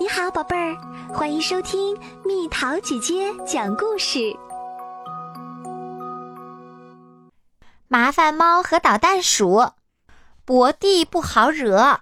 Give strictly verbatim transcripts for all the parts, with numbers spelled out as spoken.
你好，宝贝儿，欢迎收听蜜桃姐姐讲故事。 麻烦猫和捣蛋鼠，博蒂不好惹。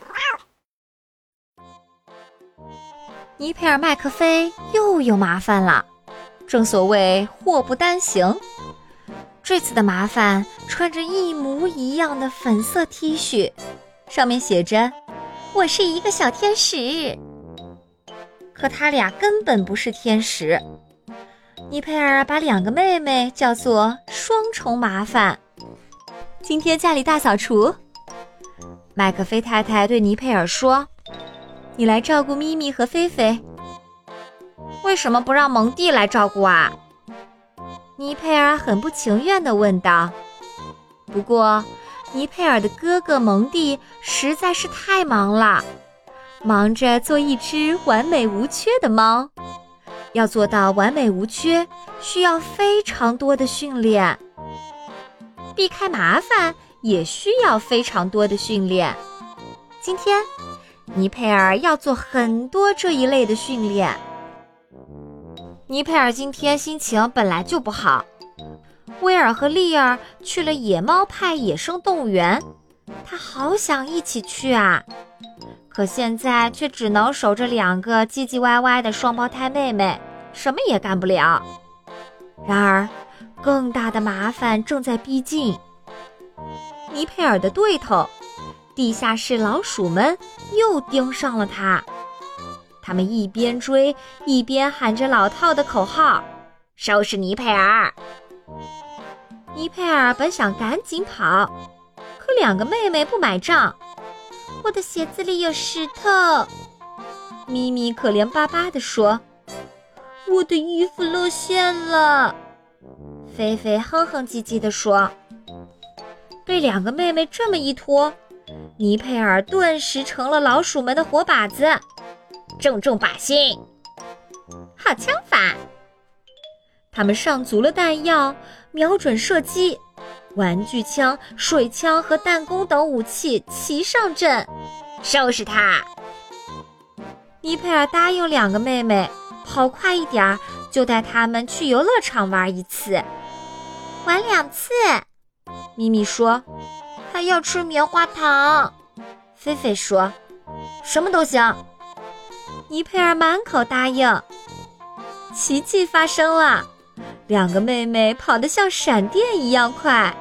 尼佩尔麦克菲又有麻烦了，正所谓祸不单行。这次的麻烦穿着一模一样的粉色 T 恤，上面写着我是一个小天使。可他俩根本不是天使。尼佩尔把两个妹妹叫做双重麻烦。今天家里大扫除，麦克菲太太对尼佩尔说，你来照顾咪咪和菲菲。为什么不让蒙蒂来照顾啊？尼佩尔很不情愿地问道。不过尼佩尔的哥哥蒙蒂实在是太忙了，忙着做一只完美无缺的猫。要做到完美无缺，需要非常多的训练。避开麻烦也需要非常多的训练。今天尼佩尔要做很多这一类的训练。尼佩尔今天心情本来就不好，威尔和利尔去了野猫派野生动物园，他好想一起去啊，可现在却只能守着两个唧唧歪歪的双胞胎妹妹，什么也干不了。然而更大的麻烦正在逼近。尼佩尔的对头地下室老鼠们又盯上了他，他们一边追一边喊着老套的口号，收拾尼佩尔。尼佩尔本想赶紧跑，可两个妹妹不买账，我的鞋子里有石头。咪咪可怜巴巴地说，我的衣服露馅了。菲菲哼哼唧唧地说，被两个妹妹这么一拖，尼佩尔顿时成了老鼠们的活靶子。正中靶心，好枪法。他们上足了弹药，瞄准射击，玩具枪、水枪和弹弓等武器齐上阵，收拾他。尼佩尔答应两个妹妹，跑快一点就带他们去游乐场玩一次。玩两次，咪咪说，还要吃棉花糖。菲菲说，什么都行。尼佩尔满口答应。奇迹发生了，两个妹妹跑得像闪电一样快，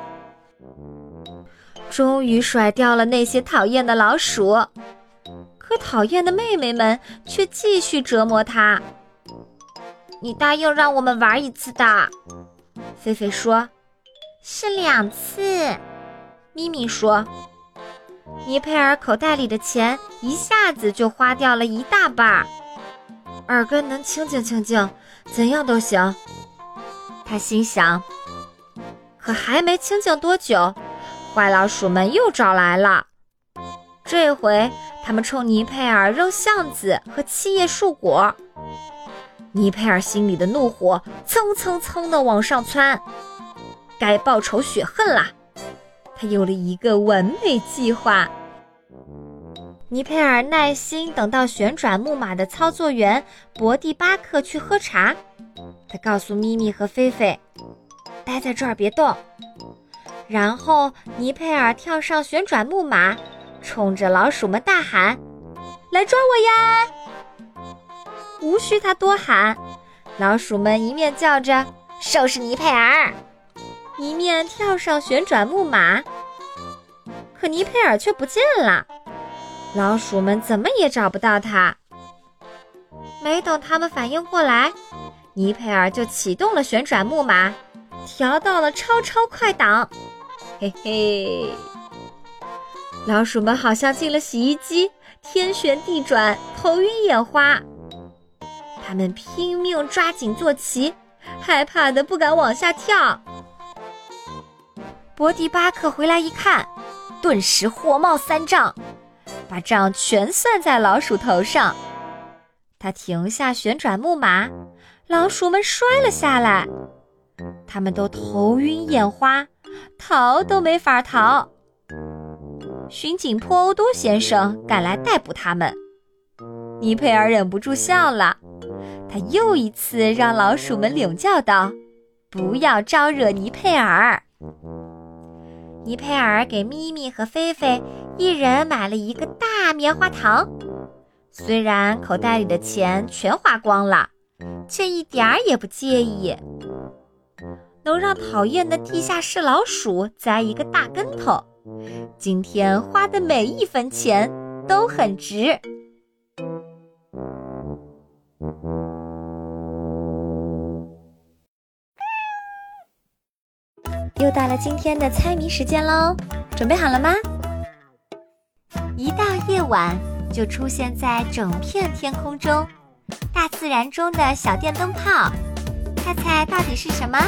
终于甩掉了那些讨厌的老鼠。可讨厌的妹妹们却继续折磨她。你答应让我们玩一次的。菲菲说，是两次。咪咪说，尼佩尔口袋里的钱一下子就花掉了一大半。耳根能清静清静，怎样都行。他心想，可还没清静多久，坏老鼠们又找来了。这回他们冲尼佩尔扔橡子和七叶树果。尼佩尔心里的怒火蹭蹭蹭地往上窜，该报仇雪恨啦。他有了一个完美计划。尼佩尔耐心等到旋转木马的操作员博蒂巴克去喝茶，他告诉咪咪和菲菲，待在这儿别动。然后尼佩尔跳上旋转木马，冲着老鼠们大喊，来抓我呀！无需他多喊，老鼠们一面叫着收拾尼佩尔，一面跳上旋转木马。可尼佩尔却不见了，老鼠们怎么也找不到他。没等他们反应过来，尼佩尔就启动了旋转木马，调到了超超快档。嘿嘿，老鼠们好像进了洗衣机，天旋地转，头晕眼花。他们拼命抓紧坐骑，害怕的不敢往下跳。博迪巴克回来一看，顿时火冒三丈，把账全算在老鼠头上。他停下旋转木马，老鼠们摔了下来，他们都头晕眼花，逃都没法逃。巡警波欧多先生赶来逮捕他们。 尼佩尔忍不住笑了，他又一次让老鼠们领教道：不要招惹尼佩尔。尼佩尔给咪咪和菲菲一人买了一个大棉花糖，虽然口袋里的钱全花光了，却一点儿也不介意。能让讨厌的地下室老鼠栽一个大跟头，今天花的每一分钱都很值。又到了今天的猜谜时间喽，准备好了吗？一到夜晚，就出现在整片天空中，大自然中的小电灯泡，猜猜到底是什么？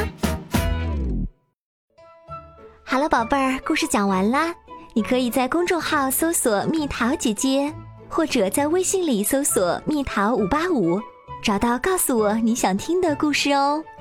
好了，宝贝儿，故事讲完啦。你可以在公众号搜索蜜桃姐姐，或者在微信里搜索蜜桃五八五，找到告诉我你想听的故事哦。